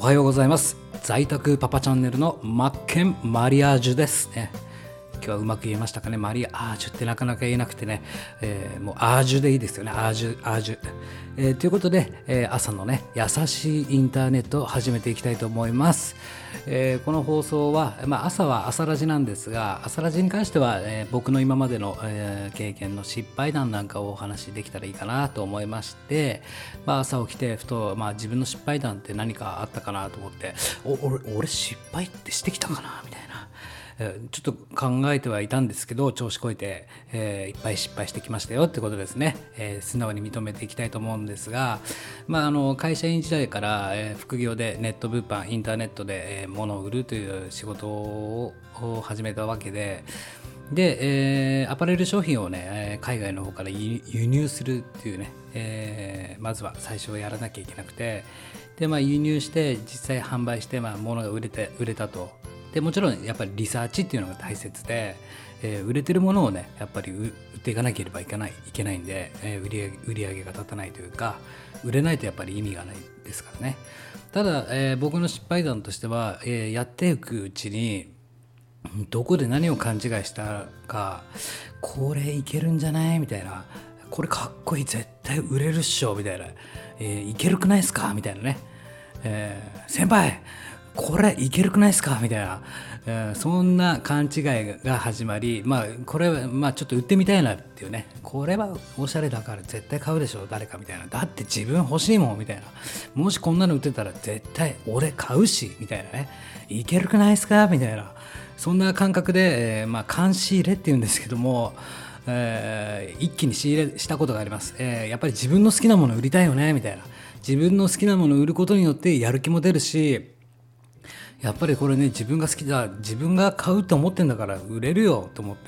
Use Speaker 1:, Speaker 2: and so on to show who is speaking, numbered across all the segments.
Speaker 1: はようございます。在宅パパチャンネルのマッケンマリアージュですね。今日はうまく言えましたかね。マリアージュってなかなか言えなくてね、もうアージュでいいですよね。アージュ、ということで、朝のね優しいインターネットを始めていきたいと思います。この放送は、朝は朝ラジなんですが、朝ラジに関しては、僕の今までの、経験の失敗談なんかをお話しできたらいいかなと思いまして、朝起きてふと、自分の失敗談って何かあったかなと思って、俺失敗ってしてきたかなみたいな。ちょっと考えてはいたんですけど、調子こいて、いっぱい失敗してきましたよってことですね。素直に認めていきたいと思うんですが、会社員時代から、副業でネット物販インターネットで、物を売るという仕事を始めたわけで、アパレル商品をね海外の方から輸入するっていうね、まずは最初はやらなきゃいけなくて、で、輸入して実際販売して、物が売れたと。でもちろんやっぱりリサーチっていうのが大切で、売れてるものをねやっぱり売っていかなければいけないんで、売り上げが立たないというか、売れないとやっぱり意味がないですからね。ただ、僕の失敗談としては、やっていくうちにどこで何を勘違いしたか、これいけるんじゃないみたいな、これかっこいい絶対売れるっしょみたいな、いけるくないっすかみたいなね、先輩これいけるくないですかみたいな、そんな勘違いが始まり、これはちょっと売ってみたいなっていうね、これはおしゃれだから絶対買うでしょ誰かみたいな、だって自分欲しいもんみたいな、もしこんなの売ってたら絶対俺買うしみたいなね、いけるくないですかみたいな、そんな感覚で、監視入れっていうんですけども、一気に仕入れしたことがあります。やっぱり自分の好きなものを売りたいよねみたいな、自分の好きなものを売ることによってやる気も出るし、やっぱりこれね自分が好きだ、自分が買うと思ってんだから売れるよと思って、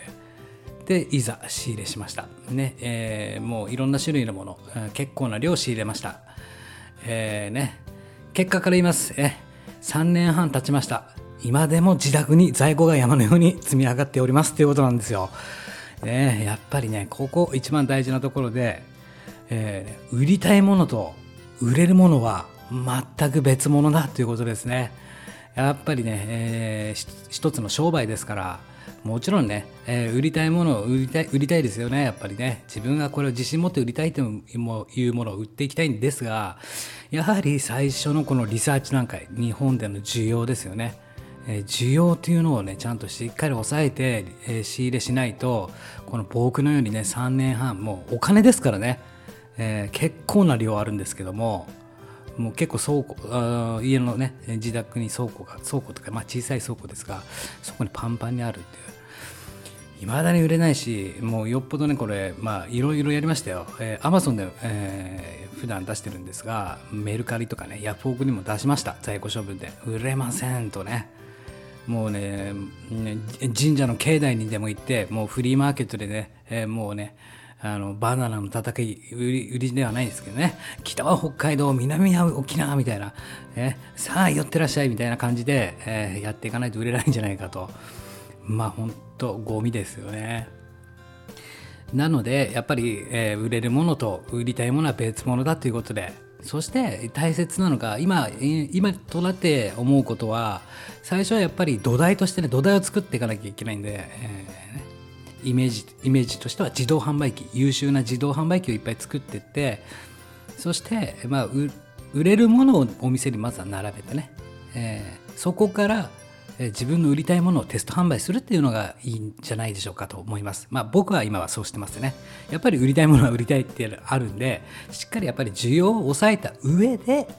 Speaker 1: でいざ仕入れしましたね。もういろんな種類のもの、結構な量仕入れました。結果から言います。3年半経ちました。今でも自宅に在庫が山のように積み上がっておりますということなんですよ。やっぱりねここ一番大事なところで、売りたいものと売れるものは全く別物だということですね。やっぱりね、一つの商売ですから、もちろんね、売りたいものを売りたいですよね。やっぱりね、自分がこれを自信持って売りたいというものを売っていきたいんですが、やはり最初のこのリサーチ段階、日本での需要ですよね。需要というのをねちゃんとしっかり抑えて、仕入れしないと、この僕のようにね3年半、もうお金ですからね、結構な量あるんですけども、もう結構家のね自宅に倉庫とか、小さい倉庫ですが、そこにパンパンにあるっていう、未だに売れないし、もうよっぽどねこれいろいろやりましたよ。Amazon で、普段出してるんですが、メルカリとかねヤフオクにも出しました。在庫処分で売れませんとね、もうね神社の境内にでも行って、もうフリーマーケットでね、もうねバナナの叩き売りではないですけどね、北は北海道、南は沖縄みたいな、さあ寄ってらっしゃいみたいな感じで、やっていかないと売れないんじゃないかと。本当ゴミですよね。なのでやっぱり、売れるものと売りたいものは別物だということで、そして大切なのが今となって思うことは、最初はやっぱり土台としてね、土台を作っていかなきゃいけないんで、イメージとしては自動販売機、優秀な自動販売機をいっぱい作っていって、そして、売れるものをお店にまずは並べてね、そこから、自分の売りたいものをテスト販売するっていうのがいいんじゃないでしょうかと思います。僕は今はそうしてますね。やっぱり売りたいものは売りたいってあるんで、しっかりやっぱり需要を抑えた上で、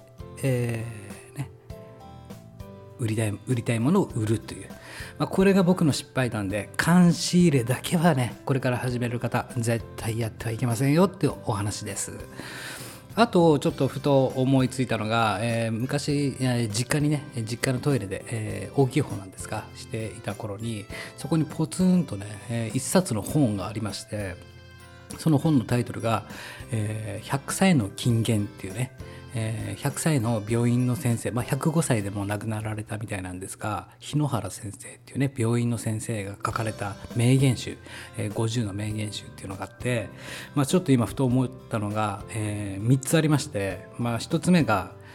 Speaker 1: 売りたいものを売るという、これが僕の失敗談で、監視入れだけはねこれから始める方絶対やってはいけませんよっていうお話です。あとちょっとふと思いついたのが、昔実家のトイレで、大きい方なんですがしていた頃に、そこにポツンとね、一冊の本がありまして、その本のタイトルが、100歳の金言っていうね、100歳の病院の先生、105歳でもう亡くなられたみたいなんですが、日野原先生っていうね病院の先生が書かれた名言集、50の名言集っていうのがあって、ちょっと今ふと思ったのが、3つありまして、1つ目が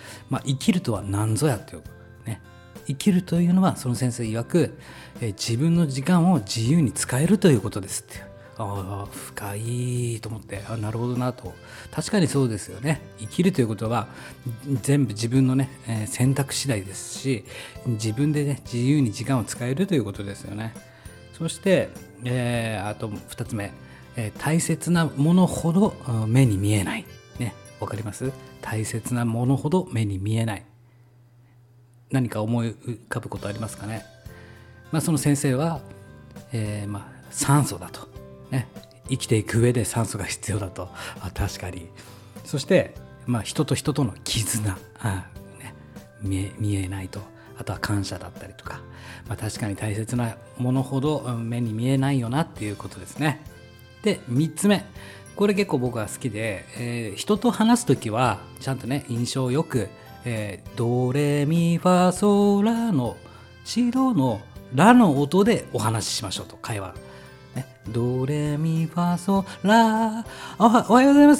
Speaker 1: 生きるとは何ぞやっていう、ね、生きるというのはその先生曰く、自分の時間を自由に使えるということですっていう。深いと思って、なるほどなと。確かにそうですよね。生きるということは全部自分のね、選択次第ですし、自分でね自由に時間を使えるということですよね。そして、あと2つ目、大切なものほど目に見えないね。わかります？大切なものほど目に見えない。何か思い浮かぶことありますかね。その先生は、酸素だと、ね、生きていく上で酸素が必要だと。確かに。そして、人と人との絆、見えないと。あとは感謝だったりとか、確かに大切なものほど目に見えないよなっていうことですね。で、3つ目、これ結構僕は好きで、人と話すときはちゃんとね印象よく、ドレミファソラのシドのラの音でお話ししましょうと。会話、ね、ドレミファソラ、おはようございます。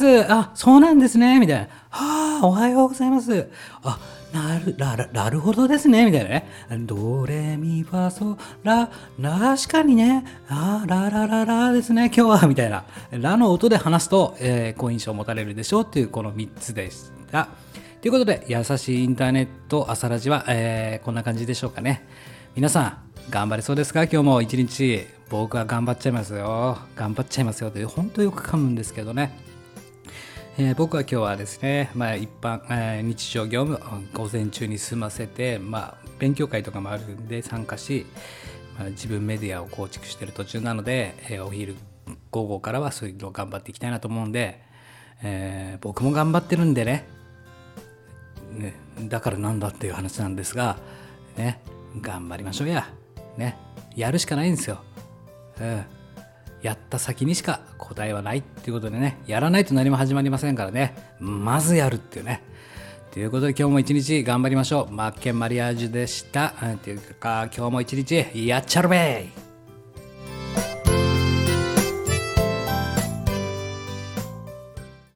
Speaker 1: そうなんですねみたいな。おはようございます。なるほどですねみたいなね。ドレミファソラ、確かにね、ラですね今日はみたいな。ラの音で話すと、好印象を持たれるでしょうっていうこの3つでした。ということで、優しいインターネット朝ラジは、こんな感じでしょうかね。皆さん頑張れそうですか？今日も一日。僕は頑張っちゃいますよって本当よく噛むんですけどね。僕は今日はですね、一般、日常業務午前中に済ませて、勉強会とかもあるんで参加し、自分メディアを構築している途中なので、お昼午後からはそういうのを頑張っていきたいなと思うんで、僕も頑張ってるんでね、だからなんだっていう話なんですが、ね、頑張りましょうや、ね、やるしかないんですよ。やった先にしか答えはないっていうことでね、やらないと何も始まりませんからね、まずやるっていうね。ということで今日も一日頑張りましょう。マッケンマリアージュでした。というか今日も一日やっちゃるべー。